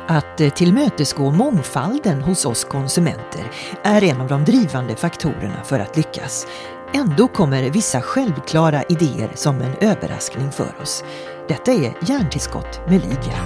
Att tillmötesgå mångfalden hos oss konsumenter är en av de drivande faktorerna för att lyckas. Ändå kommer vissa självklara idéer som en överraskning för oss. Detta är Hjärntillskott med Lydia.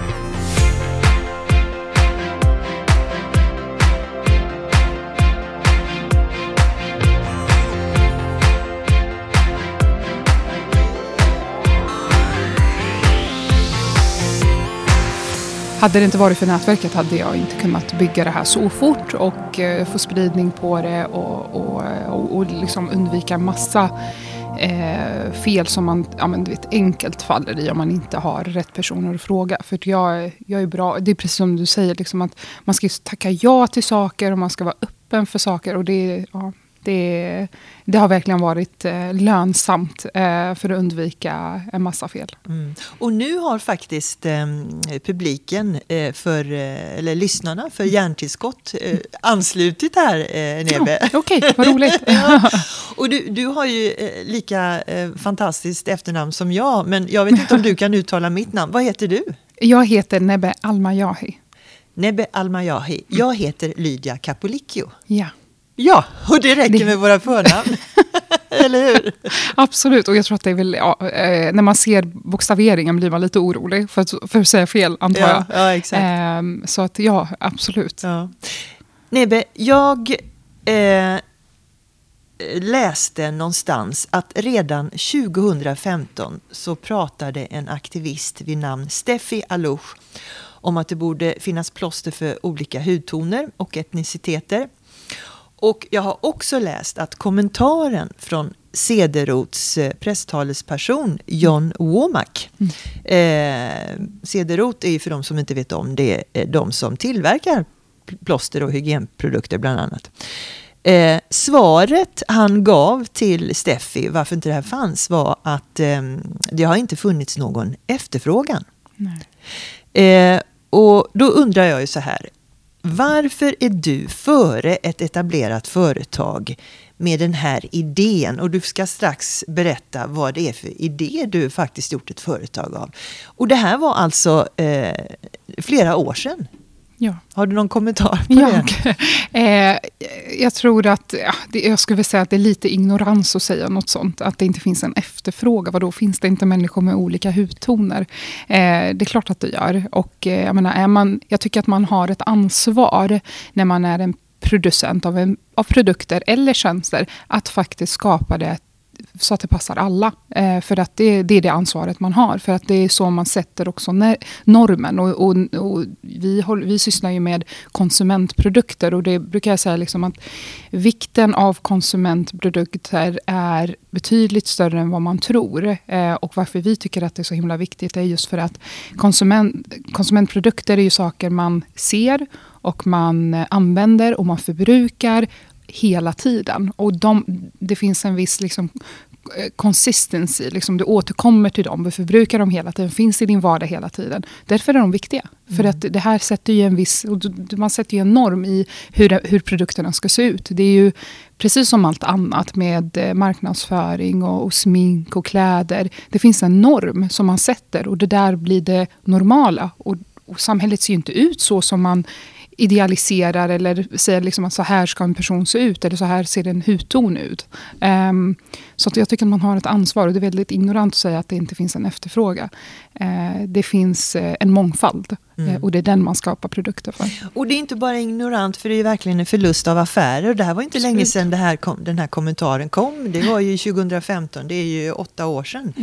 Hade det inte varit för nätverket hade jag inte kunnat bygga det här så fort och få spridning på det och liksom undvika massa fel som man enkelt faller i om man inte har rätt personer att fråga. För jag är bra, det är precis som du säger, liksom att man ska tacka ja till saker och man ska vara öppen för saker och det har verkligen varit lönsamt för att undvika en massa fel. Mm. Och nu har faktiskt publiken eller lyssnarna för Hjärntillskott anslutit här, Nebe. Okej, vad roligt. Ja. Och du har ju lika fantastiskt efternamn som jag, men jag vet inte om du kan uttala mitt namn. Vad heter du? Jag heter Nebe Almayahi. Nebe Almayahi. Jag heter Lydia Capolicchio. Ja. Ja, och det räcker med våra förnamn. Eller hur? Absolut, och jag tror att det är väl, när man ser bokstaveringen blir man lite orolig för att säga fel, antar jag. Ja, exakt. Så att ja, absolut. Ja. Nebe, jag läste någonstans att redan 2015 så pratade en aktivist vid namn Steffi Alouche om att det borde finnas plåster för olika hudtoner och etniciteter. Och jag har också läst att kommentaren från Cederroths presstalesperson John Womack. Cederroth är ju, för de som inte vet om det, de som tillverkar plåster och hygienprodukter bland annat. Svaret han gav till Steffi, varför inte det här fanns, var att det har inte funnits någon efterfrågan. Nej. Och då undrar jag ju så här. Varför är du före ett etablerat företag med den här idén? Och du ska strax berätta vad det är för idé du faktiskt gjort ett företag av. Och det här var alltså flera år sedan. Ja. Har du någon kommentar på det? Jag tror att jag skulle vilja säga att det är lite ignorans att säga något sånt. Att det inte finns en efterfrågan. Vadå, finns det inte människor med olika hudtoner? Det är klart att det gör. Och jag tycker att man har ett ansvar när man är en producent av produkter eller tjänster att faktiskt skapa det så att det passar alla. För att det är det ansvaret man har. För att det är så man sätter också normen. Och vi sysslar ju med konsumentprodukter. Och det brukar jag säga liksom att vikten av konsumentprodukter är betydligt större än vad man tror. Och varför vi tycker att det är så himla viktigt är just för att konsumentprodukter är ju saker man ser och man använder och man förbrukar hela tiden. Och det finns en viss liksom consistency, liksom du återkommer till dem, du förbrukar dem hela tiden, finns i din vardag hela tiden. Därför är de viktiga. För att det här sätter ju man sätter ju en norm i hur produkterna ska se ut. Det är ju precis som allt annat med marknadsföring och smink och kläder. Det finns en norm som man sätter och det där blir det normala. Och samhället ser ju inte ut så som man idealiserar eller säger liksom att så här ska en person se ut eller så här ser en hudton ut. Så att jag tycker att man har ett ansvar och det är väldigt ignorant att säga att det inte finns en efterfråga. Det finns en mångfald och det är den man skapar produkter för. Och det är inte bara ignorant, för det är verkligen en förlust av affärer. Och det här var inte länge sedan den här kommentaren kom. Det var ju 2015, det är ju 8 år sedan.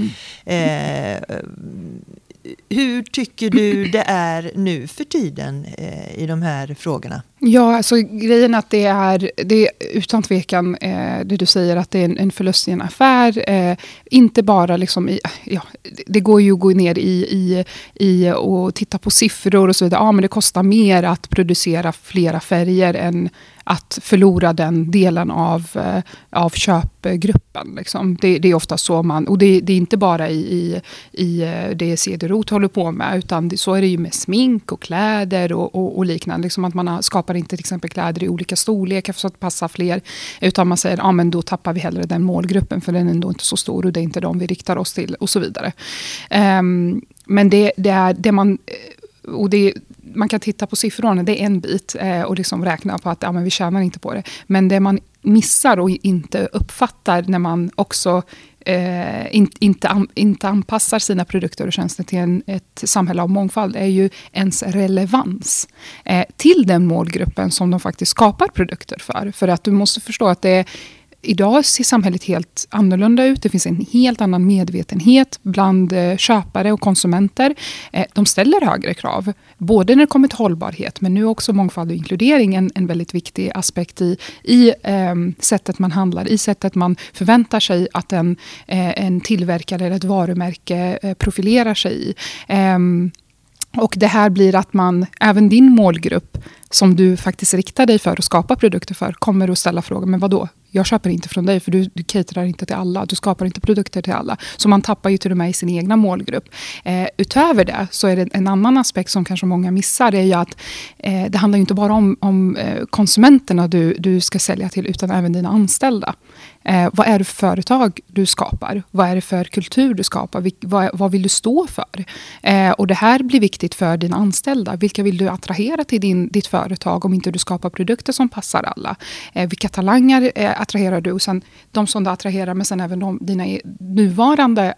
Hur tycker du det är nu för tiden i de här frågorna? Ja, alltså grejen är att det är utan tvekan det du säger att det är en förlust i en affär. Inte bara liksom det går ju att gå ner i och titta på siffror och så vidare. Ja, men det kostar mer att producera flera färger än att förlora den delen av köpgruppen. Liksom. Det är ofta så man, och det är inte bara i det Cederroth håller på med, utan så är det ju med smink och kläder och liknande. Liksom att man skapar inte till exempel kläder i olika storlekar för att passa fler, utan man säger men då tappar vi hellre den målgruppen för den är ändå inte så stor och det är inte de vi riktar oss till och så vidare. Men det är det man... Och man kan titta på siffrorna, det är en bit och liksom räkna på att men vi tjänar inte på det. Men det man missar och inte uppfattar när man också inte anpassar sina produkter och tjänster till ett samhälle av mångfald är ju ens relevans till den målgruppen som de faktiskt skapar produkter för. För att du måste förstå att idag ser samhället helt annorlunda ut. Det finns en helt annan medvetenhet bland köpare och konsumenter. De ställer högre krav, både när det kommer till hållbarhet, men nu också mångfald och inkludering en väldigt viktig aspekt i sättet man handlar, i sättet man förväntar sig att en tillverkare eller ett varumärke profilerar sig i. Och det här blir att även din målgrupp som du faktiskt riktar dig för och skapar produkter för kommer att ställa frågan, men vadå? Jag köper inte från dig för du caterar inte till alla. Du skapar inte produkter till alla. Så man tappar ju till och med i sin egna målgrupp. Utöver det så är det en annan aspekt som kanske många missar. Det är ju att det handlar ju inte bara om konsumenterna du ska sälja till utan även dina anställda. Vad är det för företag du skapar? Vad är det för kultur du skapar? Vad vill du stå för? Och det här blir viktigt för dina anställda. Vilka vill du attrahera till ditt företag om inte du skapar produkter som passar alla? Vilka talanger attraherar du? Och sen de som du attraherar, men sen även dina nuvarande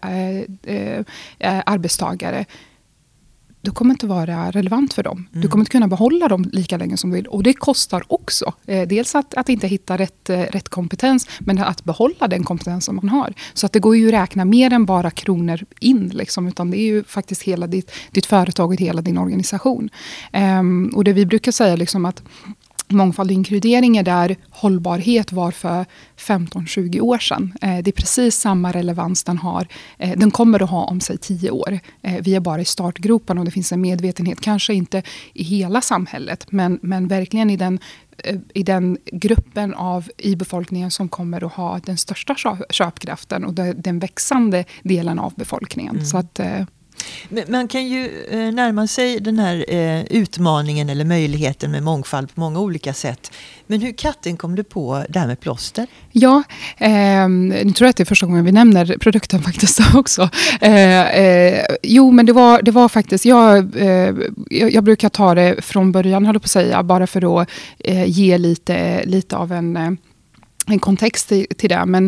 arbetstagare. Du kommer inte vara relevant för dem. Du kommer inte kunna behålla dem lika länge som du vill. Och det kostar också. Dels att inte hitta rätt kompetens, men att behålla den kompetens som man har. Så att det går ju att räkna mer än bara kronor in. Liksom, utan det är ju faktiskt hela ditt företag och hela din organisation. Och det vi brukar säga liksom att mångfald och inkludering är där hållbarhet var för 15-20 år sedan. Det är precis samma relevans den har. Den kommer att ha om sig 10 år. Vi är bara i startgropen och det finns en medvetenhet. Kanske inte i hela samhället, men verkligen i den gruppen i befolkningen som kommer att ha den största köpkraften och den växande delen av befolkningen. Så att man kan ju närma sig den här utmaningen eller möjligheten med mångfald på många olika sätt. Men hur katten kom du på det här med plåster? Ja, nu tror jag att det är första gången vi nämner produkten faktiskt också. Jo, men det var faktiskt, jag brukar ta det från början, höll jag på att säga, bara för att ge lite av en kontext till det. Men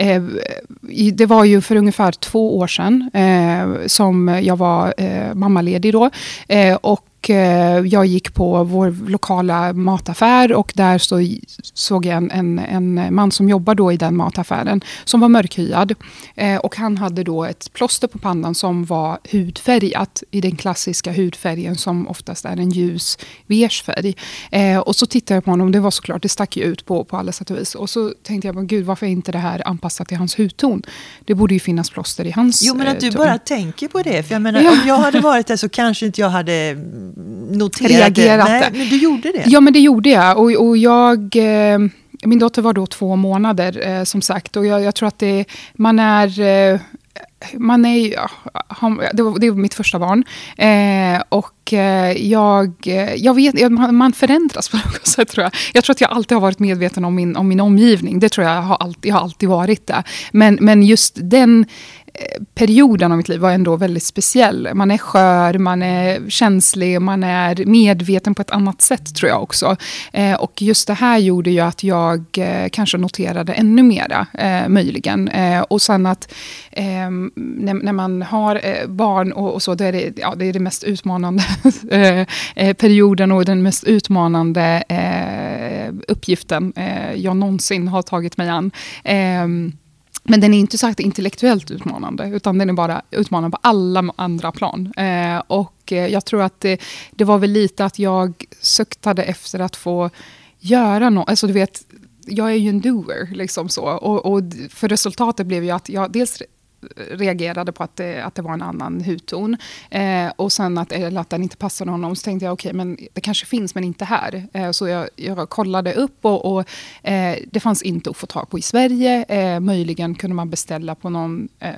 det var ju för ungefär 2 år sedan som jag var mammaledig då. Och jag gick på vår lokala mataffär och där såg jag en man som jobbar då i den mataffären som var mörkhyad. Och han hade då ett plåster på pannan som var hudfärgat i den klassiska hudfärgen som oftast är en ljus beige färg. Och så tittade jag på honom, det var såklart, det stack ju ut på alla sätt och vis. Och så tänkte jag, men gud, varför är inte det här anpassat till hans hudton? Det borde ju finnas plåster i hans Jo, men att du ton. bara tänker på det. För jag menar, om jag hade varit där så kanske inte jag hade reagerat det. Men du gjorde det. Ja, men det gjorde jag. Och min dotter var då 2 månader som sagt. Och jag tror att det var mitt första barn. Och jag vet, man förändras på något sätt, tror jag. Jag tror att jag alltid har varit medveten om min omgivning. Det tror jag har alltid varit det. Men just den perioden av mitt liv var ändå väldigt speciell. Man är skör, man är känslig, man är medveten på ett annat sätt, tror jag också. Och just det här gjorde ju att jag kanske noterade ännu mera, möjligen. Och sen att när man har barn och så, då är det är det mest utmanande perioden och den mest utmanande uppgiften jag någonsin har tagit mig an. Men den är inte sagt intellektuellt utmanande, utan den är bara utmanande på alla andra plan. Och jag tror att det var väl lite att jag söktade efter att få göra något. Alltså du vet, jag är ju en doer liksom så. Och för resultatet blev ju att jag dels reagerade på att det var en annan hudton. Och sen att den inte passade honom. Så tänkte jag, okej, men det kanske finns, men inte här. Så jag kollade upp och det fanns inte att få tag på i Sverige. Möjligen kunde man beställa på någon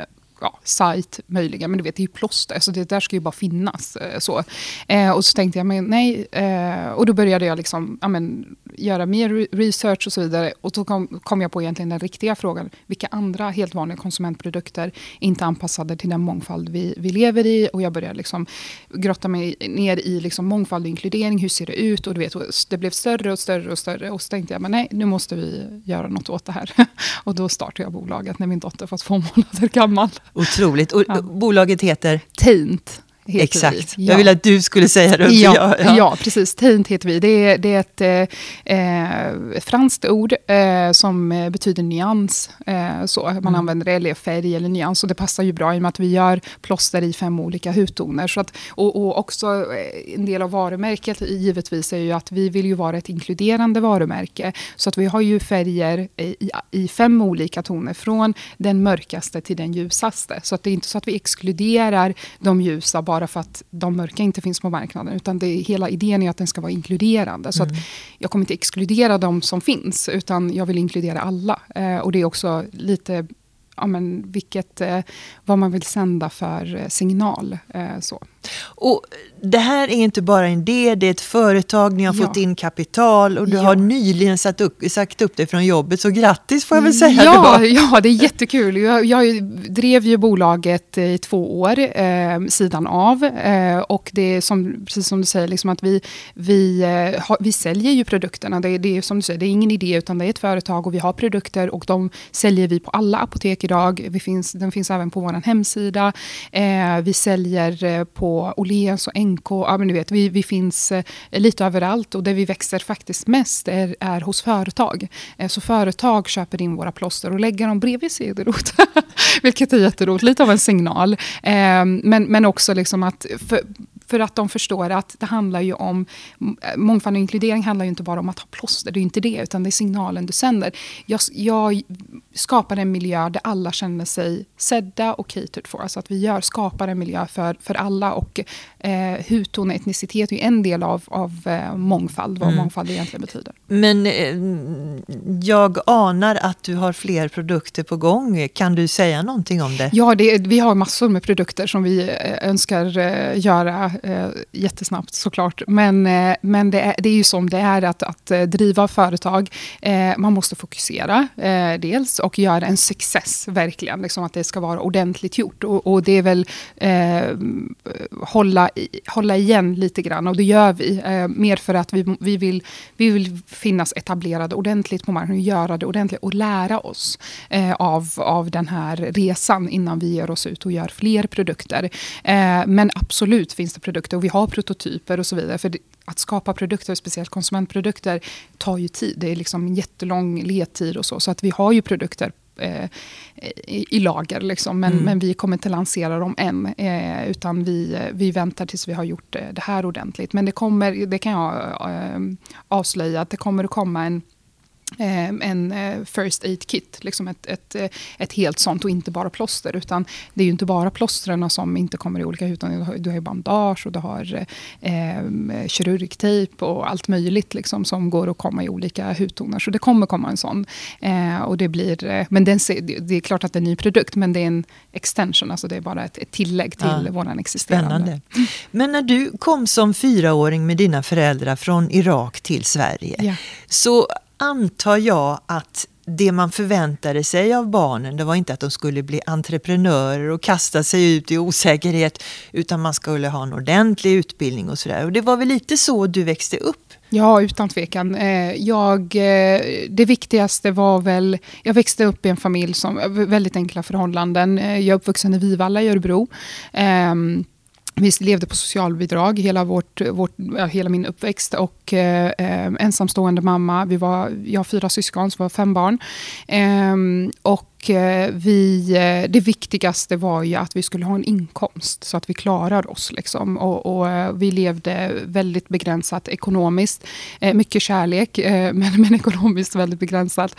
sajt möjligen, men du vet, det är ju plåster, så det där ska ju bara finnas. Så. Och så tänkte jag, men nej, och då började jag liksom, göra mer research och så vidare, och då kom jag på egentligen den riktiga frågan, vilka andra helt vanliga konsumentprodukter inte anpassade till den mångfald vi lever i, och jag började liksom grotta mig ner i liksom mångfald och inkludering, hur ser det ut, och du vet, det blev större och större och större, och så tänkte jag, men nej, nu måste vi göra något åt det här. Och då startade jag bolaget när min dotter var 2 månader gammal. Otroligt. Och bolaget heter? Taint. Exakt. Jag vill att du skulle säga det. Ja, precis. Taint heter vi. Det är ett franskt ord som betyder nyans. Man använder det, eller färg eller nyans. Och det passar ju bra i och med att vi gör plåster i 5 olika hudtoner. Så att, och också en del av varumärket givetvis är ju att vi vill ju vara ett inkluderande varumärke. Så att vi har ju färger i 5 olika toner. Från den mörkaste till den ljusaste. Så att det är inte så att vi exkluderar de ljusa bara för att de mörka inte finns på marknaden, utan hela idén är att den ska vara inkluderande. Så att jag kommer inte exkludera de som finns, utan jag vill inkludera alla. Och det är också lite vad man vill sända för signal. Så. Och det här är inte bara en idé, det är ett företag, ni har fått in kapital och du har nyligen sagt upp dig från jobbet, så grattis får jag väl säga. Ja, det är jättekul. Jag drev ju bolaget i 2 år sidan av, och det är precis som du säger, liksom att vi säljer ju produkterna. Det är som du säger, det är ingen idé, utan det är ett företag och vi har produkter, och de säljer vi på alla apotek idag. Den finns även på vår hemsida. Vi säljer på Åhléns och NK. Ja, men du vet, vi finns lite överallt, och det vi växer faktiskt mest är hos företag. Så företag köper in våra plåster och lägger dem bredvid Cederroth. Vilket är jätteroligt, lite av en signal. Men också liksom att för att de förstår att det handlar ju om mångfald och inkludering, handlar ju inte bara om att ha plåster, det är ju inte det, utan det är signalen du sänder. Jag skapar en miljö där alla känner sig sedda och catered for, alltså att vi skapar en miljö för alla, och hudton och etnicitet är ju en del av mångfald, vad mångfald egentligen betyder. Men jag anar att du har fler produkter på gång. Kan du säga någonting om det? Ja, vi har massor med produkter som vi önskar göra jättesnabbt såklart. Men det är ju som det är att driva företag. Man måste fokusera dels och göra en success verkligen. Liksom att det ska vara ordentligt gjort. Och det är väl hålla igen lite grann. Och det gör vi. Mer för att vi vill finnas etablerade ordentligt på marknaden och göra det ordentligt och lära oss av den här resan innan vi ger oss ut och gör fler produkter. Men absolut finns det produkter och vi har prototyper och så vidare. För att skapa produkter, speciellt konsumentprodukter, tar ju tid. Det är liksom en jättelång ledtid och så. Så att vi har ju produkter i lager liksom, men vi kommer inte lansera dem än, utan vi väntar tills vi har gjort det här ordentligt. Men det kan jag avslöja att det kommer att komma en first aid kit, liksom ett helt sånt, och inte bara plåster, utan det är ju inte bara plåsterna som inte kommer i olika, utan du har ju bandage och du har kirurgtejp och allt möjligt liksom, som går att komma i olika hudtoner, så det kommer komma en sån, och det blir, men det är klart att det är en ny produkt, men det är en extension, alltså det är bara ett tillägg till våran existerande. Spännande. Men när du kom som 4-åring med dina föräldrar från Irak till Sverige, så antar jag att det man förväntade sig av barnen, det var inte att de skulle bli entreprenörer och kasta sig ut i osäkerhet, utan man skulle ha en ordentlig utbildning och sådär. Och det var väl lite så du växte upp? Ja, utan tvekan. Det viktigaste var väl, jag växte upp i en familj som väldigt enkla förhållanden. Jag är uppvuxen i Vivalla i Örebro. Vi levde på socialbidrag hela min uppväxt, och ensamstående mamma. Jag har 4 syskon, så var 5 barn. Och det viktigaste var ju att vi skulle ha en inkomst så att vi klarade oss. Liksom. Och vi levde väldigt begränsat ekonomiskt. Mycket kärlek, men ekonomiskt väldigt begränsat.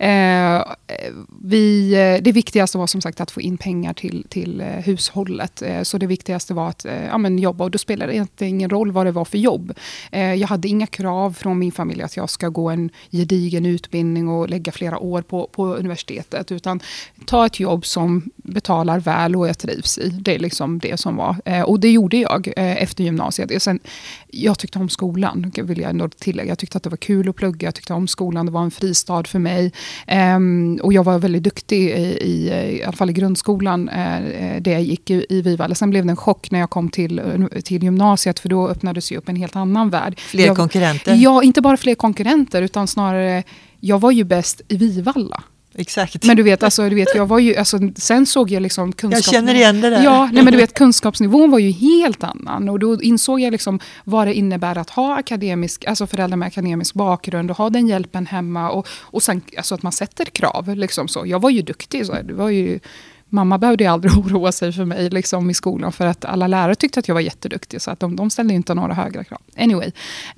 Det viktigaste var som sagt att få in pengar till hushållet. Så det viktigaste var att jobba, och då spelade det egentligen ingen roll vad det var för jobb. Jag hade inga krav från min familj att jag ska gå en gedigen utbildning och lägga flera år på universitetet, utan utan ta ett jobb som betalar väl och jag trivs i. Det är liksom det som var. Och det gjorde jag efter gymnasiet. Sen, jag tyckte om skolan, vill jag ändå tillägga. Jag tyckte att det var kul att plugga, jag tyckte om skolan, det var en fristad för mig. Och jag var väldigt duktig i alla fall i grundskolan, det jag gick i Vivalla. Sen blev det en chock när jag kom till gymnasiet, för då öppnades ju upp en helt annan värld. Fler konkurrenter? Ja, inte bara fler konkurrenter, utan snarare, jag var ju bäst i Vivalla. Exakt. Men du vet, jag var ju, sen såg jag liksom Jag känner igen det där. Ja, nej, men du vet, kunskapsnivån var ju helt annan. Och då insåg jag liksom vad det innebär att ha föräldrar med akademisk bakgrund och ha den hjälpen hemma. Och sen alltså att man sätter krav. Liksom så. Jag var ju duktig. Så det var ju, mamma behövde aldrig oroa sig för mig liksom, i skolan. För att alla lärare tyckte att jag var jätteduktig. Så att de ställde inte några högre krav. Anyway.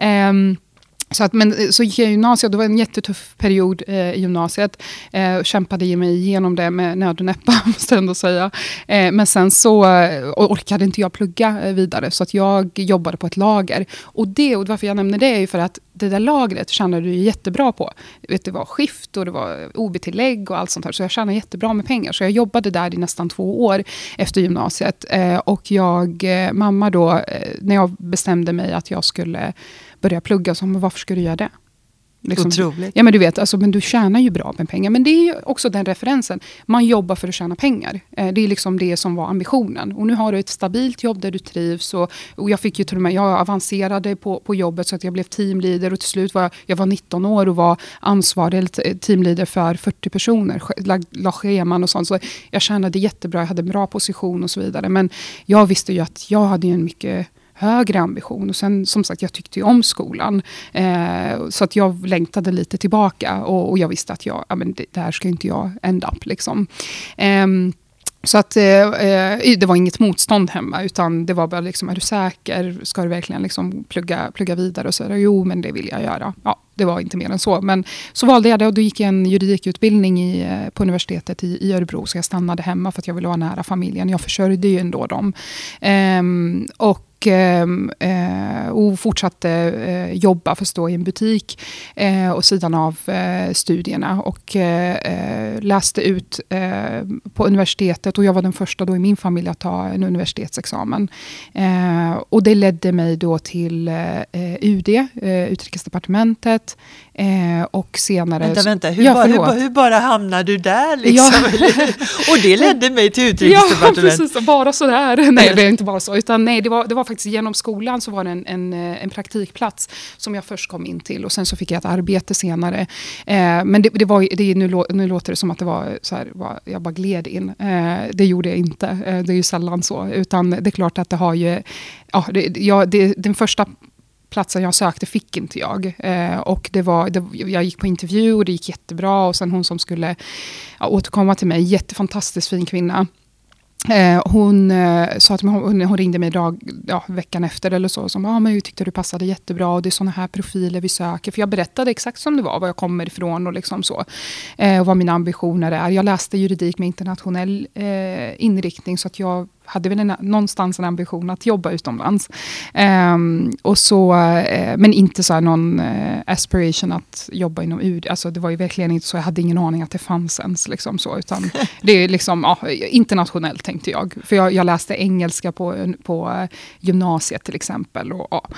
Så gick jag i gymnasiet, det var en jättetuff period i gymnasiet. Kämpade mig igenom det med nöd och näppa, måste jag ändå säga. Men sen så orkade inte jag plugga vidare, så att jag jobbade på ett lager. Och varför jag nämner det är ju för att det där lagret tjänade du jättebra på. Det var skift och det var OB-tillägg och allt sånt här. Så jag tjänade jättebra med pengar. Så jag jobbade där i nästan 2 år efter gymnasiet. Och mamma då, när jag bestämde mig att jag skulle börja plugga, så men varför ska du göra det? Liksom, otroligt. Ja, men du vet, men du tjänar ju bra med pengar. Men det är ju också den referensen. Man jobbar för att tjäna pengar. Det är liksom det som var ambitionen. Och nu har du ett stabilt jobb där du trivs. Och jag fick ju till och med, jag avancerade på jobbet så att jag blev teamleader. Och till slut var jag 19 år och var ansvarig teamleader för 40 personer. La scheman och sånt. Så jag tjänade jättebra, jag hade en bra position och så vidare. Men jag visste ju att jag hade en mycket högre ambition. Och sen, som sagt, jag tyckte ju om skolan. Så att jag längtade lite tillbaka. Och jag visste att det här ska inte jag end up. Liksom. Så att det var inget motstånd hemma, utan det var bara liksom, är du säker? Ska du verkligen liksom plugga vidare? Och så jo, men det vill jag göra. Ja, det var inte mer än så. Men så valde jag det, och då gick jag en juridikutbildning på universitetet i Örebro. Så jag stannade hemma för att jag ville vara nära familjen. Jag försörjde ju ändå dem. Och fortsatte jobba, förstå, i en butik och sidan av studierna, och läste ut på universitetet, och jag var den första då i min familj att ta en universitetsexamen, och det ledde mig då till UD, Utrikesdepartementet, och senare... Vänta, hur bara hamnade du där liksom? Ja. Och det ledde mig till Utrikesdepartementet. Ja, precis, bara sådär. Nej, det är inte bara så, utan nej, det var faktiskt genom skolan, så var det en praktikplats som jag först kom in till, och sen så fick jag ett arbete senare. Men nu låter det som att det var så här, jag bara gled in. Det gjorde jag inte. Det är ju sällan så, utan det är klart att det har ju... den första platsen jag sökte fick inte jag. Och jag gick på intervju och det gick jättebra, och sen hon som skulle återkomma till mig, jättefantastiskt fin kvinna. Hon sa att hon ringde mig veckan efter eller så, som men jag tyckte du passade jättebra, och det är såna här profiler vi söker. För jag berättade exakt som det var jag kommer ifrån och liksom så, och vad mina ambitioner är. Jag läste juridik med internationell inriktning, så att jag hade väl någonstans en ambition att jobba utomlands. Och så, men inte så här någon aspiration att jobba inom UD. Alltså det var ju verkligen inte så. Jag hade ingen aning att det fanns ens. Liksom så, utan det är liksom internationellt, tänkte jag. För jag läste engelska på gymnasiet till exempel.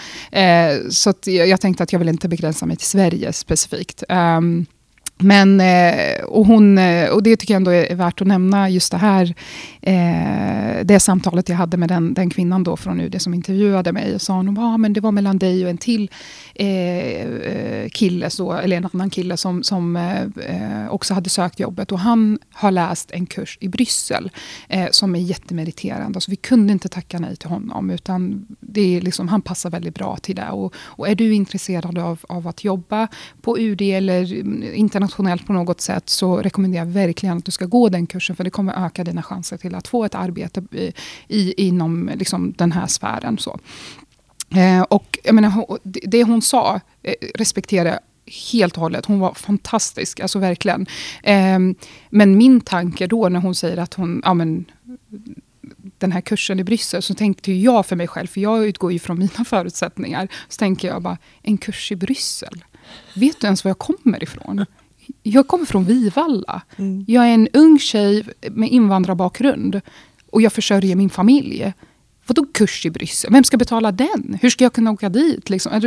Så att jag tänkte att jag vill inte begränsa mig till Sverige specifikt. Men, och det tycker jag ändå är värt att nämna, just det här, det samtalet jag hade med den kvinnan då från UD som intervjuade mig, och sa hon, men det var mellan dig och en till kille, så, eller en annan kille som också hade sökt jobbet, och han har läst en kurs i Bryssel som är jättemeriterande. Alltså vi kunde inte tacka nej till honom, utan det är liksom, han passar väldigt bra till det. Och är du intresserad av att jobba på UD eller internationellt på något sätt, så rekommenderar jag verkligen att du ska gå den kursen, för det kommer öka dina chanser till att få ett arbete inom liksom den här sfären. Så. Och jag menar, det hon sa respekterar helt och hållet. Hon var fantastisk, alltså verkligen. Men min tanke då när hon säger att den här kursen i Bryssel, så tänkte jag för mig själv, för jag utgår ju från mina förutsättningar, så tänker jag bara, en kurs i Bryssel? Vet du ens var jag kommer ifrån? jag kommer från Vivalla. Jag är en ung tjej med invandrarbakgrund. Och jag försörjer min familj. Vadå kurs i Bryssel? Vem ska betala den? Hur ska jag kunna åka dit? Liksom?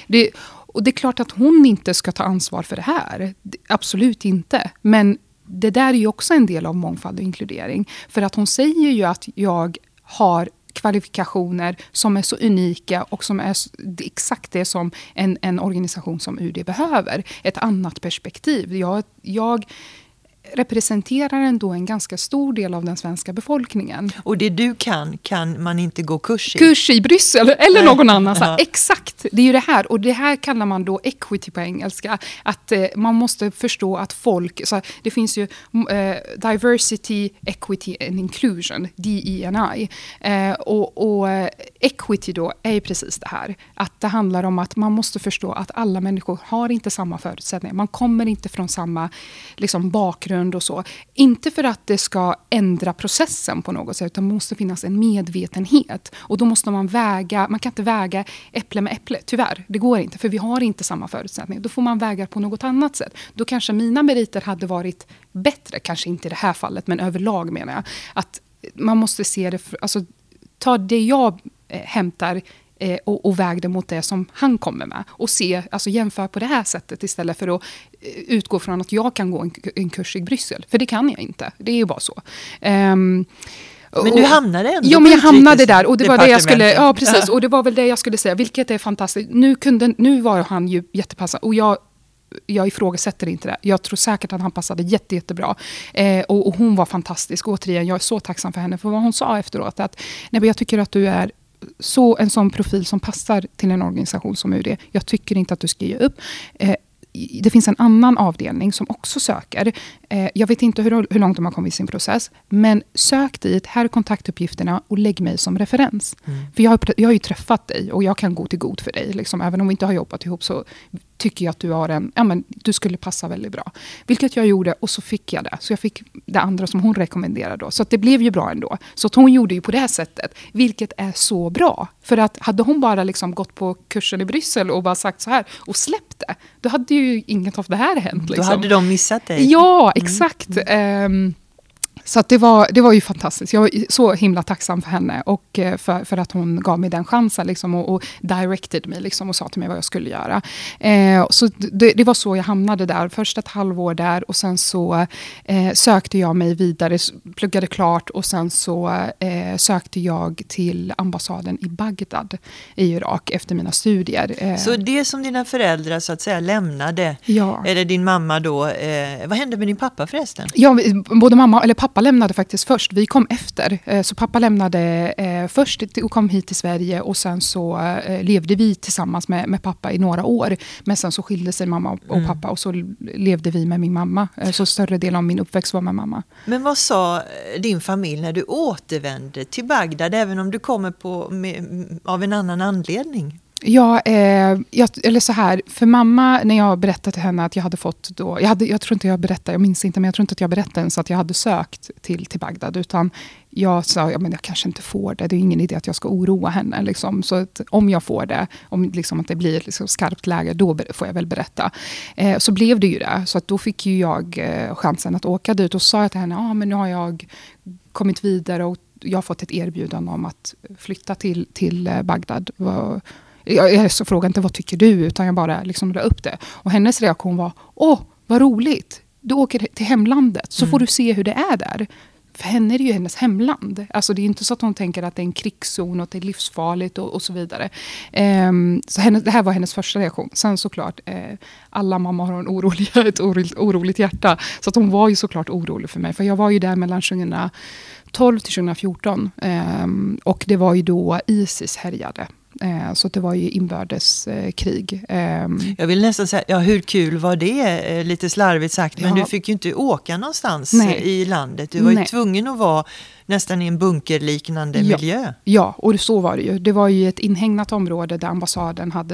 Och det är klart att hon inte ska ta ansvar för det här. Absolut inte. Men det där är ju också en del av mångfald och inkludering. För att hon säger ju att jag har kvalifikationer som är så unika och som är exakt det som en organisation som UD behöver. Ett annat perspektiv. Jag representerar ändå en ganska stor del av den svenska befolkningen. Och det du kan man inte gå kurs i? Kurs i Bryssel eller någon annan. Exakt, det är ju det här. Och det här kallar man då equity på engelska. Att man måste förstå att folk... Så det finns ju diversity, equity and inclusion, DE&I. Och equity då är ju precis det här. Att det handlar om att man måste förstå att alla människor har inte samma förutsättningar. Man kommer inte från samma liksom, bakgrund och så. Inte för att det ska ändra processen på något sätt, utan det måste finnas en medvetenhet. Och då måste man kan inte väga äpple med äpple, tyvärr. Det går inte, för vi har inte samma förutsättningar. Då får man väga på något annat sätt. Då kanske mina meriter hade varit bättre, kanske inte i det här fallet, men överlag menar jag. Att man måste se det, alltså ta det jag hämtar och väg det mot det som han kommer med. Och jämföra på det här sättet istället för att utgå från att jag kan gå en kurs i Bryssel. För det kan jag inte. Det är ju bara så. Men du hamnade ändå. Ja, men jag hamnade där. Och det var det jag skulle... Ja, precis. Och det var väl det jag skulle säga. Vilket är fantastiskt. Nu var han ju jättepassad. Och jag ifrågasätter inte det. Jag tror säkert att han passade jättebra. Och hon var fantastisk. Återigen, jag är så tacksam för henne. För vad hon sa efteråt. Att jag tycker att du är en sån profil som passar till en organisation som UD. Jag tycker inte att du ska ge upp. Det finns en annan avdelning som också söker. Jag vet inte hur långt de har kommit i sin process. Men sök dit, här är kontaktuppgifterna och lägg mig som referens. För jag har ju träffat dig och jag kan gå till god för dig. Liksom. Även om vi inte har jobbat ihop så tycker jag att du har du skulle passa väldigt bra. Vilket jag gjorde och så fick jag det. Så jag fick det andra som hon rekommenderade då. Så att det blev ju bra ändå. Så att hon gjorde ju på det här sättet. Vilket är så bra. För att hade hon bara liksom gått på kursen i Bryssel och bara sagt så här och släppt det. Då hade ju inget av det här hänt. Liksom. Då hade de missat dig. Ja, exakt. Så att det var ju fantastiskt. Jag var så himla tacksam för henne och för att hon gav mig den chansen liksom, och directed mig liksom, och sa till mig vad jag skulle göra. Så det var så jag hamnade där. Först ett halvår där och sen så sökte jag mig vidare, pluggade klart och sen så sökte jag till ambassaden i Bagdad i Irak efter mina studier. Så det som dina föräldrar så att säga lämnade, eller din mamma då, vad hände med din pappa förresten? Ja, både mamma eller pappa lämnade faktiskt först. Vi kom efter. Så pappa lämnade först och kom hit till Sverige och sen så levde vi tillsammans med pappa i några år. Men sen så skilde sig mamma och pappa och så levde vi med min mamma. Så större del av min uppväxt var med mamma. Men vad sa din familj när du återvände till Bagdad, även om du kommer av en annan anledning? Ja, eller så här, för mamma, när jag berättade till henne att jag hade fått då, jag tror inte jag berättade, jag minns inte, men jag tror inte att jag berättade ens att jag hade sökt till Bagdad, utan jag sa, men jag kanske inte får det, det är ingen idé att jag ska oroa henne liksom. Så att om jag får det, om liksom att det blir liksom skarpt läge, då får jag väl berätta. Så blev det ju det, så att då fick ju jag chansen att åka dit och sa till henne, men nu har jag kommit vidare och jag har fått ett erbjudande om att flytta till Bagdad. Jag så frågade inte vad tycker du, utan jag bara liksom la upp det. Och hennes reaktion var, vad roligt. Du åker till hemlandet så får du se hur det är där. För henne är det ju hennes hemland. Alltså det är inte så att hon tänker att det är en krigszon och att det är livsfarligt och så vidare. Så det här var hennes första reaktion. Sen såklart, alla mammor har ett oroligt hjärta. Så att hon var ju såklart orolig för mig. För jag var ju där mellan 2012 till 2014. Och det var ju då ISIS härjade. Så det var ju inbördeskrig. Jag vill nästan säga, hur kul var det? Lite slarvigt sagt, men du fick ju inte åka någonstans i landet. Du var ju tvungen att vara nästan i en bunkerliknande miljö. Ja, och så var det ju. Det var ju ett inhägnat område där ambassaden hade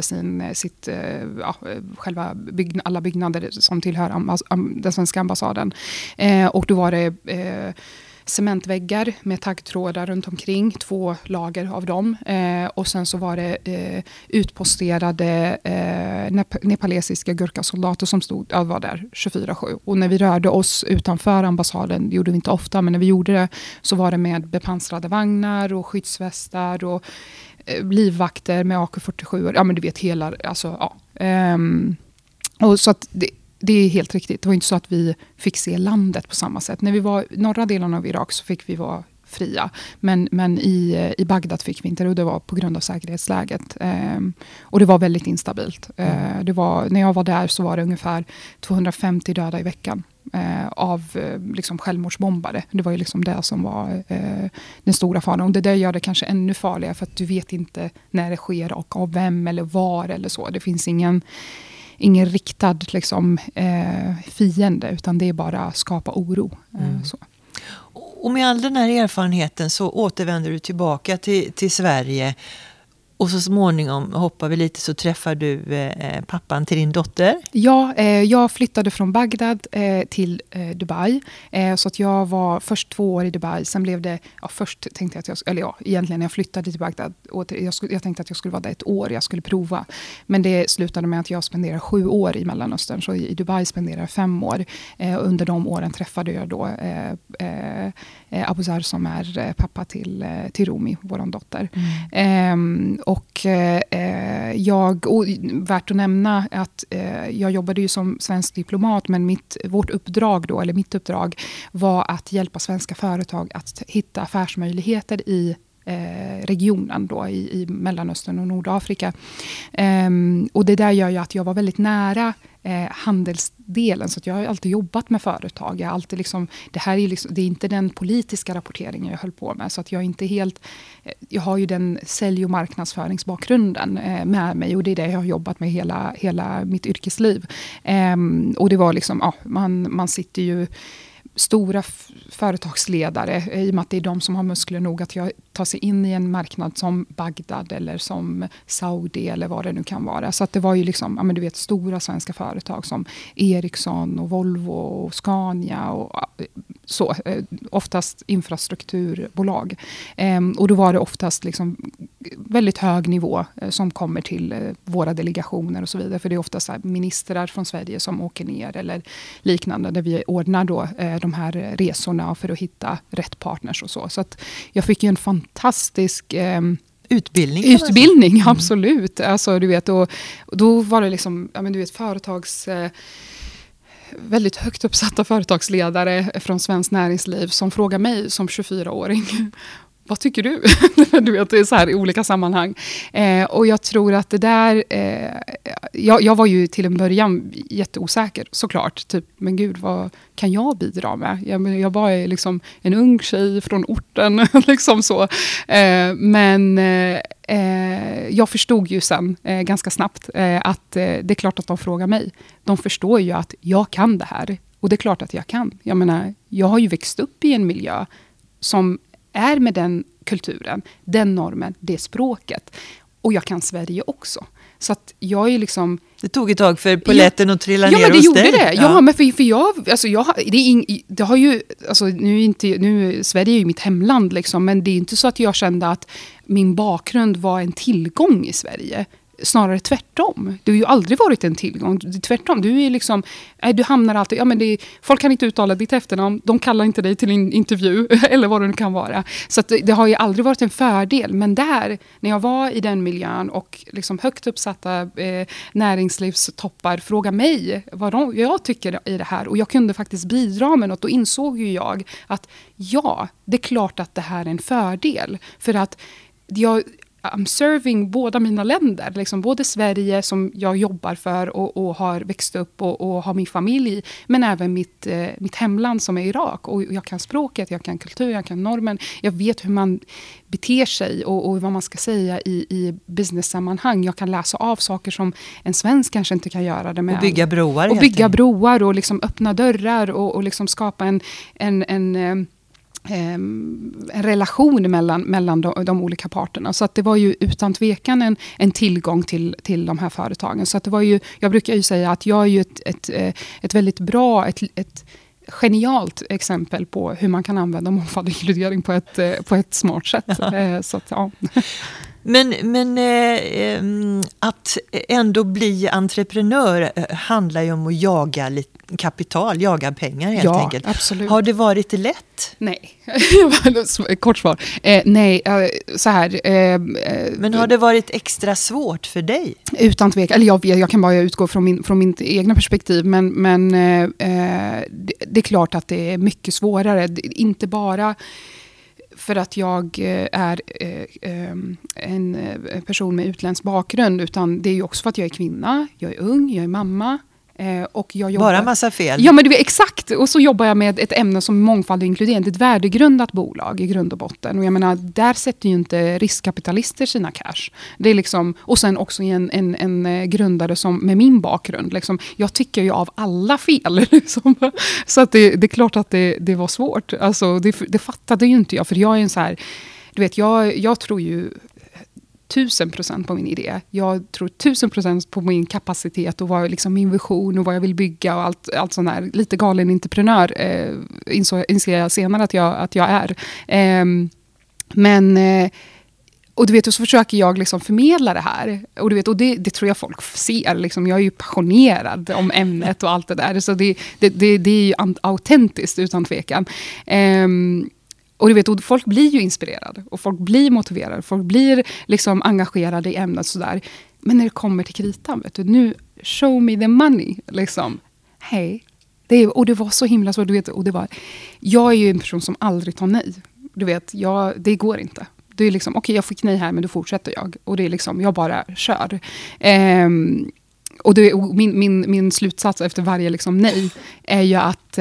själva alla byggnader som tillhör den svenska ambassaden. Och då var det cementväggar med taggtrådar runt omkring, 2 lager av dem. Och sen så var det utposterade nepalesiska gurkhasoldater som var där 24/7. Och när vi rörde oss utanför ambassaden, det gjorde vi inte ofta, men när vi gjorde det så var det med bepansrade vagnar och skyddsvästar och livvakter med AK-47. Ja, men du vet hela, alltså ja. Och så att det är helt riktigt. Det var inte så att vi fick se landet på samma sätt. När vi var i norra delen av Irak så fick vi vara fria. Men i Bagdad fick vi inte det, och det var på grund av säkerhetsläget. Och det var väldigt instabilt. När jag var där så var det ungefär 250 döda i veckan av liksom självmordsbombare. Det var ju liksom det som var den stora faran. Och det där gör det kanske ännu farligare, för att du vet inte när det sker och av vem eller var eller så. Det finns ingen riktad liksom, fiende, utan det är bara skapa oro. Så. Och med all den här erfarenheten så återvänder du tillbaka till Sverige, och så småningom hoppar vi lite, så träffar du pappan till din dotter. Ja, jag flyttade från Bagdad till Dubai. Så att jag var först 2 år i Dubai. Sen blev det, först tänkte jag att egentligen när jag flyttade till Bagdad. Jag tänkte att jag skulle vara där 1 år, jag skulle prova. Men det slutade med att jag spenderade 7 år i Mellanöstern. Så i Dubai spenderade jag 5 år. Under de åren träffade jag då Abuzar, som är pappa till Rumi, vår dotter. Och värt att nämna att jag jobbade ju som svensk diplomat, men mitt uppdrag var att hjälpa svenska företag att hitta affärsmöjligheter i regionen då, i Mellanöstern och Nordafrika. Och det där gör ju att jag var väldigt nära handelsdelen, så att jag har alltid jobbat med företag. Jag har alltid liksom, det är inte den politiska rapporteringen jag höll på med, så att jag är inte helt, jag har ju den sälj- och marknadsföringsbakgrunden med mig, och det är det jag har jobbat med hela mitt yrkesliv. Och det var liksom, man sitter ju stora företagsledare, i och med att det är de som har muskler nog att ta sig in i en marknad som Bagdad eller som Saudi eller vad det nu kan vara. Så att det var ju liksom, du vet, stora svenska företag som Ericsson och Volvo och Scania och så, oftast infrastrukturbolag. Och då var det oftast liksom väldigt hög nivå som kommer till våra delegationer och så vidare. För det är oftast ministrar från Sverige som åker ner eller liknande, där vi ordnar då de här resorna för att hitta rätt partners och så. Så att jag fick ju en fantastisk utbildning, absolut. Alltså, du vet, och då var det liksom, du vet, väldigt högt uppsatta företagsledare från svenskt näringsliv som frågar mig som 24-åring, vad tycker du? Du vet, det är så här i olika sammanhang. Och jag tror att det där... jag var ju till en början jätteosäker, såklart. Typ, men gud, vad kan jag bidra med? Jag bara är liksom en ung tjej från orten. liksom så. Men jag förstod ju sen ganska snabbt att det är klart att de frågar mig. De förstår ju att jag kan det här. Och det är klart att jag kan. Jag menar, jag har ju växt upp i en miljö som är med den kulturen, den normen, det språket. Och jag kan Sverige också. Så att jag är liksom... Det tog ett tag för poletten att trilla ner hos dig. Ja, men det gjorde det. Ja, men för jag... Alltså det har ju... Alltså nu Sverige är ju mitt hemland liksom, men det är inte så att jag kände att min bakgrund var en tillgång i Sverige. Snarare tvärtom. Du har ju aldrig varit en tillgång. Tvärtom, du är liksom... Du hamnar alltid... folk kan inte uttala ditt efternamn. De kallar inte dig till en intervju. Eller vad det nu kan vara. Så att det har ju aldrig varit en fördel. Men där, när jag var i den miljön och liksom högt uppsatta näringslivstoppar frågar mig vad jag tycker i det här. Och jag kunde faktiskt bidra med något. Då insåg ju jag att det är klart att det här är en fördel. För att I'm serving båda mina länder, liksom både Sverige som jag jobbar för och har växt upp och har min familj i, men även mitt hemland som är Irak. Och jag kan språket, jag kan kultur, jag kan normen, jag vet hur man beter sig och vad man ska säga i business-sammanhang. Jag kan läsa av saker som en svensk kanske inte kan göra det med. Och bygga broar. Och bygga broar och liksom öppna dörrar och liksom skapa en relation mellan de olika parterna. Så att det var ju utan tvekan en tillgång till de här företagen. Så att det var ju, jag brukar ju säga att jag är ju ett väldigt bra, genialt exempel på hur man kan använda mångfald och inkludering på ett smart sätt. Så att, ja. Men att ändå bli entreprenör handlar ju om att jaga kapital, jaga pengar helt enkelt. Absolut. Har det varit lätt? Nej. Kort svar. Nej, så här. Men har det varit extra svårt för dig? Utan tvekan. Eller jag kan bara utgå från mitt egna perspektiv. Men det är klart att det är mycket svårare. Inte bara för att jag är en person med utländsk bakgrund, utan det är ju också för att jag är kvinna, jag är ung, jag är mamma. Och jag jobbar... Bara massa fel. Ja, men det är exakt. Och så jobbar jag med ett ämne som mångfald och inkludering. Ett värdegrundat bolag i grund och botten. Och jag menar, där sätter ju inte riskkapitalister sina cash. Det är liksom, och sen också en grundare som med min bakgrund. Liksom, jag tycker ju av alla fel. Liksom. Så att det är klart att det var svårt. Alltså, det fattade ju inte jag. För jag är en så här... Du vet, jag tror ju 1000% på min idé. Jag tror 1000% på min kapacitet och vad liksom min vision och vad jag vill bygga och allt sånt här. Lite galen entreprenör inser jag senare att jag är. Men och du vet, och så försöker jag liksom förmedla det här. Och du vet, och det tror jag folk ser. Liksom. Jag är ju passionerad om ämnet och allt det där. Så det är ju autentiskt utan tvekan. Och du vet, och folk blir ju inspirerade och folk blir motiverade, folk blir liksom engagerade i ämnet sådär. Men när det kommer till kritan, vet du, nu show me the money, liksom. Hej. Och det var så himla så, du vet, och det var, jag är ju en person som aldrig tar nej. Du vet, det går inte. Det är liksom, okej, jag fick nej här, men då fortsätter jag. Och det är liksom, jag bara kör. Och min slutsats efter varje liksom nej är ju att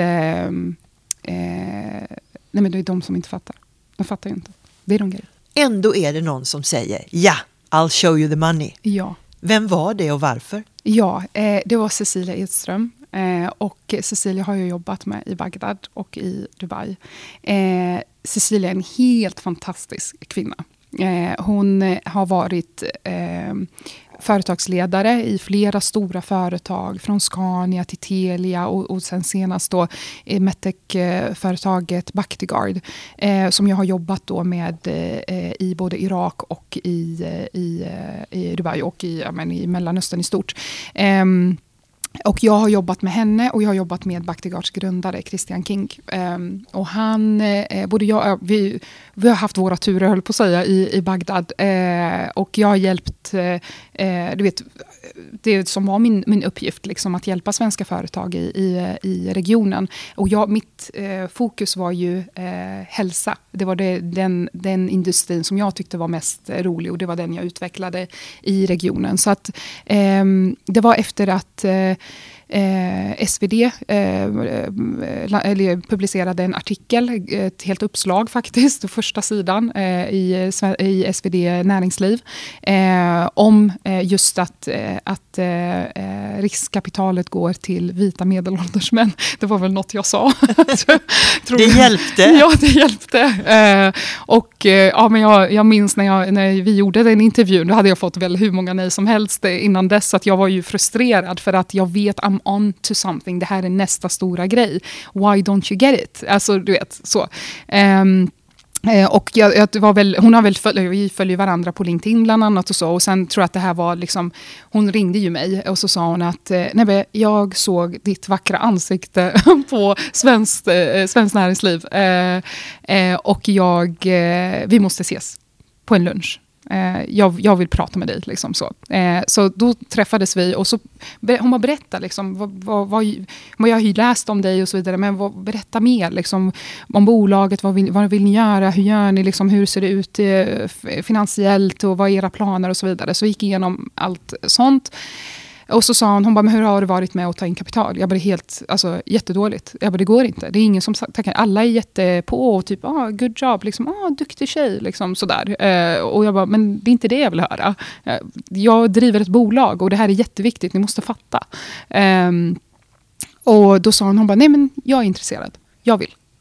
nej, men det är de som inte fattar. De fattar ju inte. Det är de grejer. Ändå är det någon som säger, ja, I'll show you the money. Ja. Vem var det och varför? Ja, det var Cecilia Edström. Och Cecilia har jag jobbat med i Bagdad och i Dubai. Cecilia är en helt fantastisk kvinna. Hon har varit företagsledare i flera stora företag, från Scania till Telia och sen senast då Medtech-företaget Bactiguard, som jag har jobbat då med i både Irak och i Dubai och i Mellanöstern i stort. Och jag har jobbat med henne och jag har jobbat med Bactiguards grundare Christian King. Och han, vi har haft våra turer, höll på att säga, i Bagdad. Och jag har hjälpt, du vet, det som var min uppgift, liksom, att hjälpa svenska företag i regionen. Och mitt fokus var ju hälsa. Det var den industrin som jag tyckte var mest rolig och det var den jag utvecklade i regionen. Så att det var efter att SvD publicerade en artikel, ett helt uppslag faktiskt, första sidan i SvD Näringsliv, om just att riskkapitalet går till vita medelålders män. Det var väl något jag sa. Det hjälpte. Ja, det hjälpte. Men jag minns när vi gjorde den intervjun, då hade jag fått väl hur många nej som helst innan dess, att jag var ju frustrerad för att jag vet I'm on to something. Det här är nästa stora grej. Why don't you get it? Alltså, du vet, så. Och hon har väl vi följer varandra på LinkedIn bland annat och så. Och sen tror jag att det här var liksom, hon ringde ju mig och så sa hon att Nebbe, jag såg ditt vackra ansikte på svenskt näringsliv. Och vi måste ses på en lunch. Jag vill prata med dig. Liksom, så. Så då träffades vi och så hon bara berätta liksom, vad jag har ju läst om dig och så vidare, men berätta mer liksom, om bolaget, vad vill ni göra, hur gör ni, liksom, hur ser det ut finansiellt och vad är era planer och så vidare. Så vi gick igenom allt sånt. Och så sa hon bara, men hur har du varit med att ta in kapital? Jag bara, jättedåligt. Jag bara, det går inte. Det är ingen som tackar. Alla är jättepå och typ, good job, liksom, duktig tjej, liksom sådär. Och jag bara, men det är inte det jag vill höra. Jag driver ett bolag och det här är jätteviktigt, ni måste fatta. Och då sa hon bara, nej men jag är intresserad. Jag vill.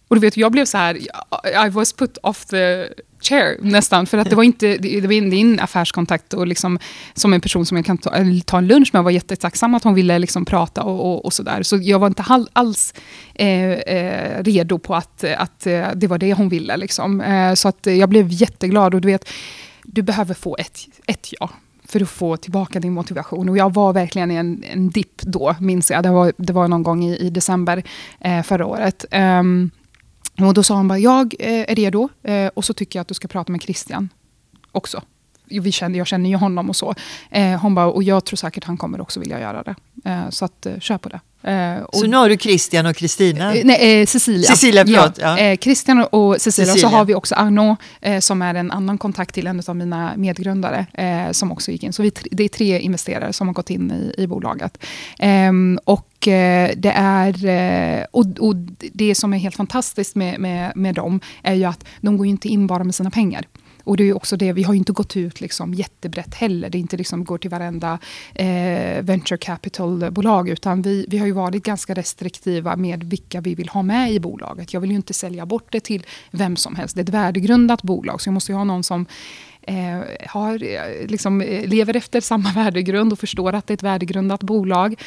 Och du vet, jag blev så här, I was put off the chair nästan, för att det var en affärskontakt och liksom, som en person som jag kan ta en lunch med, var jättetacksam att hon ville liksom prata och sådär. Så jag var inte alls redo på att det var det hon ville. Liksom. Så att jag blev jätteglad, och du vet, du behöver få ett ja för att få tillbaka din motivation. Och jag var verkligen i en dipp då, minns jag. Det var någon gång i december förra året. Och då sa hon bara, jag är redo, och så tycker jag att du ska prata med Christian också. Jag känner ju honom och så. Hon bara, och jag tror säkert han kommer också vilja göra det. Så att kör på det. Så nu har du Christian och Kristina? Nej, Cecilia. Cecilia, förlåt. Ja. Christian och Cecilia. Och så har vi också Arno, som är en annan kontakt till en av mina medgrundare, som också gick in. Så det är 3 investerare som har gått in i bolaget. Och det är och det som är helt fantastiskt med dem är ju att de går ju inte in bara med sina pengar. Och det är ju också det, vi har ju inte gått ut liksom jättebrett heller. Det är inte liksom går till varenda venture capital-bolag, utan vi har ju varit ganska restriktiva med vilka vi vill ha med i bolaget. Jag vill ju inte sälja bort det till vem som helst. Det är ett värdegrundat bolag, så jag måste ju ha någon som lever efter samma värdegrund och förstår att det är ett värdegrundat bolag.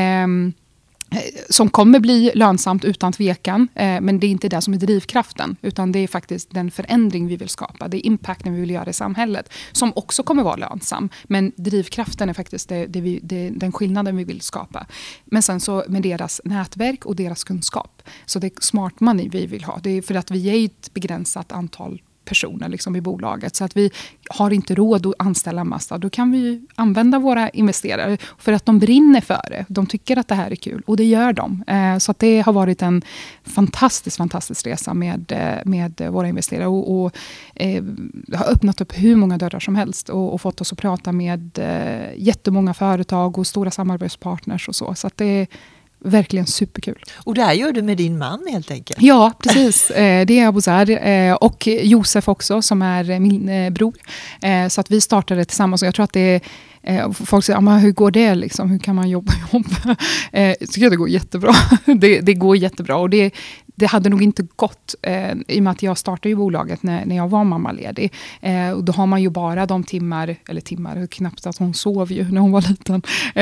Som kommer bli lönsamt utan tvekan, men det är inte det som är drivkraften, utan det är faktiskt den förändring vi vill skapa, det är impacten vi vill göra i samhället, som också kommer vara lönsam, men drivkraften är faktiskt den skillnaden vi vill skapa. Men sen så med deras nätverk och deras kunskap, så det är smart money vi vill ha, det är för att vi är ett begränsat antal personer liksom i bolaget, så att vi har inte råd att anställa massa. Då kan vi använda våra investerare för att de brinner för det. De tycker att det här är kul, och det gör de. Så att det har varit en fantastisk resa med våra investerare, och har öppnat upp hur många dörrar som helst och fått oss att prata med jättemånga företag och stora samarbetspartners och så. Så att det är verkligen superkul. Och det här gör du med din man helt enkelt? Ja, precis. Det är Abuzar och Josef också, som är min bror. Så att vi startade tillsammans, och jag tror att det är folk säger, hur går det liksom? Hur kan man jobba? Jag tycker att det går jättebra. Det går jättebra, och det hade nog inte gått i och med att jag startade ju bolaget när jag var mammaledig. Och då har man ju bara de timmar, knappt att hon sov ju när hon var liten.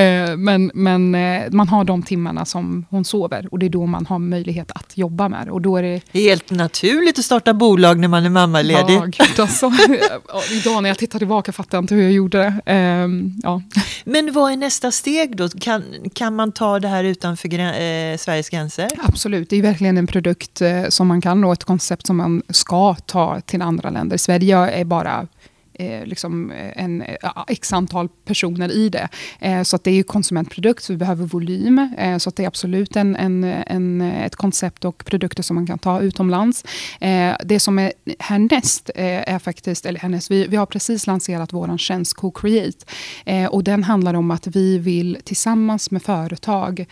Men man har de timmarna som hon sover, och det är då man har möjlighet att jobba med. Och då är det helt naturligt att starta bolag när man är mammaledig. Ja, gud alltså. Idag när jag tittar tillbaka fattar jag inte hur jag gjorde det. Ja. Men vad är nästa steg då? Kan man ta det här utanför Sveriges gränser? Absolut, det är verkligen en produkt som man kan, och ett koncept som man ska ta till andra länder. Sverige är bara en x antal personer i det. Så att det är ju konsumentprodukt, så vi behöver volym. Så att det är absolut ett koncept och produkter som man kan ta utomlands. Det som är härnäst är faktiskt, vi har precis lanserat våran tjänst Co-Create. Och den handlar om att vi vill tillsammans med företag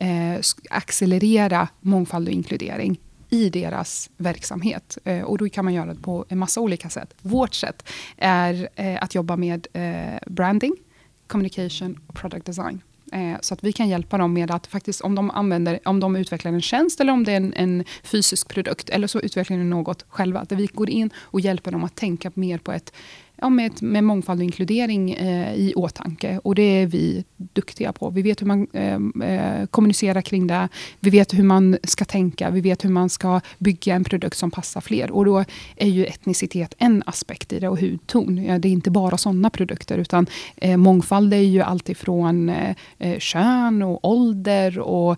accelerera mångfald och inkludering i deras verksamhet. Och då kan man göra det på en massa olika sätt. Vårt sätt är att jobba med branding, communication och product design. Så att vi kan hjälpa dem med att faktiskt, om de utvecklar en tjänst, eller om det är en fysisk produkt, eller så utvecklar de något själva, där vi går in och hjälper dem att tänka mer på med mångfald och inkludering i åtanke. Och det är vi duktiga på. Vi vet hur man kommunicerar kring det. Vi vet hur man ska tänka. Vi vet hur man ska bygga en produkt som passar fler. Och då är ju etnicitet en aspekt i det, och hudton. Det är inte bara sådana produkter, utan mångfald är ju allt ifrån kön och ålder och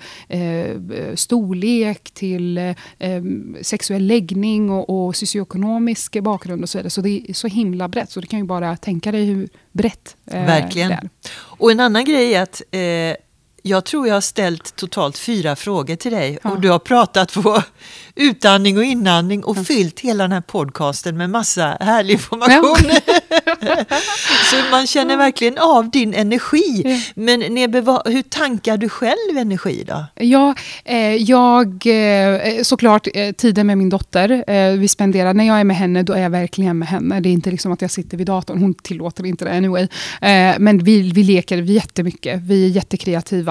storlek till sexuell läggning och socioekonomisk bakgrund och så vidare. Så det är så himla brett. Så du kan ju bara tänka dig hur brett verkligen. Det är. Och en annan grej är att jag tror jag har ställt totalt 4 frågor till dig. Ja. Och du har pratat på utandning och inandning och fyllt hela den här podcasten med massa härlig information. Ja. Så man känner verkligen av din energi. Ja. Men Nebe, hur tankar du själv energi då? Ja, jag såklart tiden med min dotter. Vi spenderar, när jag är med henne, då är jag verkligen med henne. Det är inte liksom att jag sitter vid datorn. Hon tillåter inte det anyway. Men vi leker jättemycket. Vi är jättekreativa.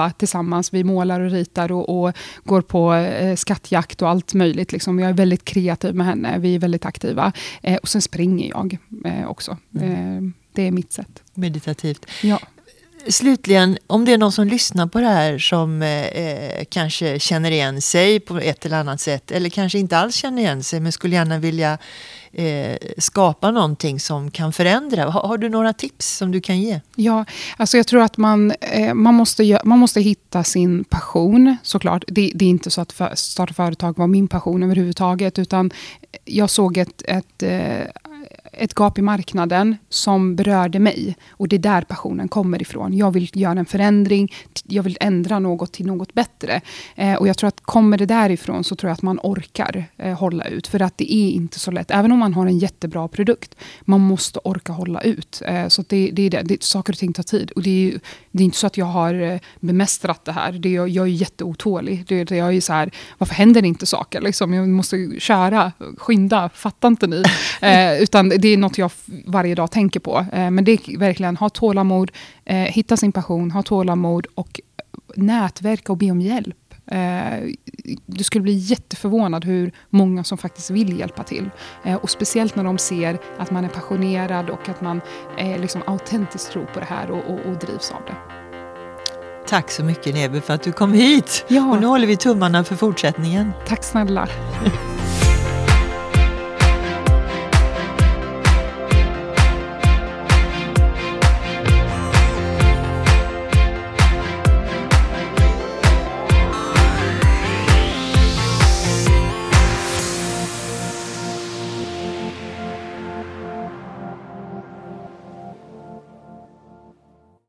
alla tillsammans. Vi målar och ritar och går på skattjakt och allt möjligt. Liksom. Jag är väldigt kreativ med henne. Vi är väldigt aktiva. Och sen springer jag också. Det är mitt sätt. Meditativt. Ja. Slutligen, om det är någon som lyssnar på det här som kanske känner igen sig på ett eller annat sätt, eller kanske inte alls känner igen sig men skulle gärna vilja skapa någonting som kan förändra. Har du några tips som du kan ge? Ja, alltså jag tror att man måste hitta sin passion, såklart. Det är inte så att starta företag var min passion överhuvudtaget, utan jag såg ett gap i marknaden som berörde mig. Och det är där passionen kommer ifrån. Jag vill göra en förändring. Jag vill ändra något till något bättre. Och jag tror att kommer det därifrån så tror jag att man orkar hålla ut. För att det är inte så lätt. Även om man har en jättebra produkt. Man måste orka hålla ut. Så att det är det. Saker och ting tar tid. Och det är inte så att jag har bemästrat det här. Jag är jätteotålig. Jag är så här, varför händer det inte saker? Liksom, jag måste köra, skynda. Fattar inte ni? Utan det är något jag varje dag tänker på. Men det är verkligen ha tålamod, hitta sin passion, ha tålamod och nätverka och be om hjälp. Du skulle bli jätteförvånad hur många som faktiskt vill hjälpa till. Och speciellt när de ser att man är passionerad och att man liksom autentiskt tror på det här och drivs av det. Tack så mycket Nebe för att du kom hit. Ja. Och nu håller vi tummarna för fortsättningen. Tack snälla.